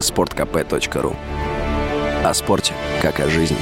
sportkp.ru. О спорте, как о жизни.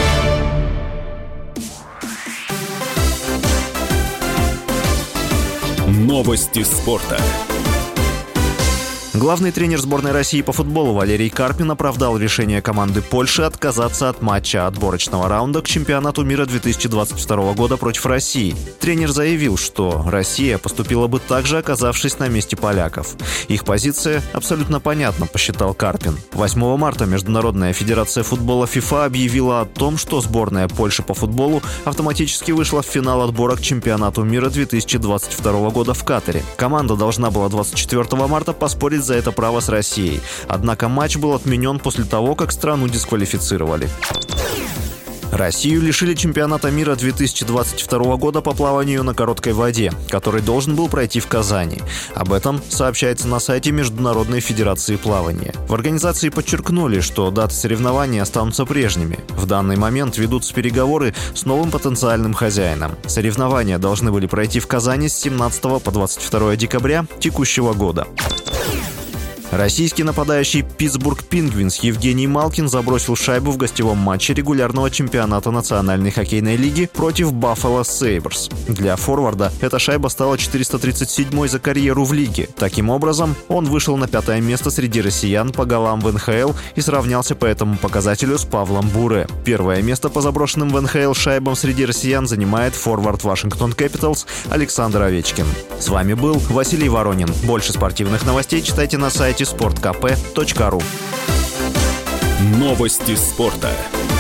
Новости спорта. Главный тренер сборной России по футболу Валерий Карпин оправдал решение команды Польши отказаться от матча отборочного раунда к чемпионату мира 2022 года против России. Тренер заявил, что Россия поступила бы так же, оказавшись на месте поляков. Их позиция абсолютно понятна, посчитал Карпин. 8 марта Международная федерация футбола ФИФА объявила о том, что сборная Польши по футболу автоматически вышла в финал отбора к чемпионату мира 2022 года в Катаре. Команда должна была 24 марта поспорить за это право с Россией. Однако матч был отменен после того, как страну дисквалифицировали. Россию лишили чемпионата мира 2022 года по плаванию на короткой воде, который должен был пройти в Казани. Об этом сообщается на сайте Международной федерации плавания. В организации подчеркнули, что даты соревнований останутся прежними. В данный момент ведутся переговоры с новым потенциальным хозяином. Соревнования должны были пройти в Казани с 17 по 22 декабря текущего года. Российский нападающий Питтсбург Пингвинс Евгений Малкин забросил шайбу в гостевом матче регулярного чемпионата Национальной хоккейной лиги против Buffalo Sabres. Для форварда эта шайба стала 437-й за карьеру в лиге. Таким образом, он вышел на 5-е место среди россиян по голам в НХЛ и сравнялся по этому показателю с Павлом Буре. Первое место по заброшенным в НХЛ шайбам среди россиян занимает форвард Вашингтон Кэпиталс Александр Овечкин. С вами был Василий Воронин. Больше спортивных новостей читайте на сайте sportkp.ru. Новости спорта.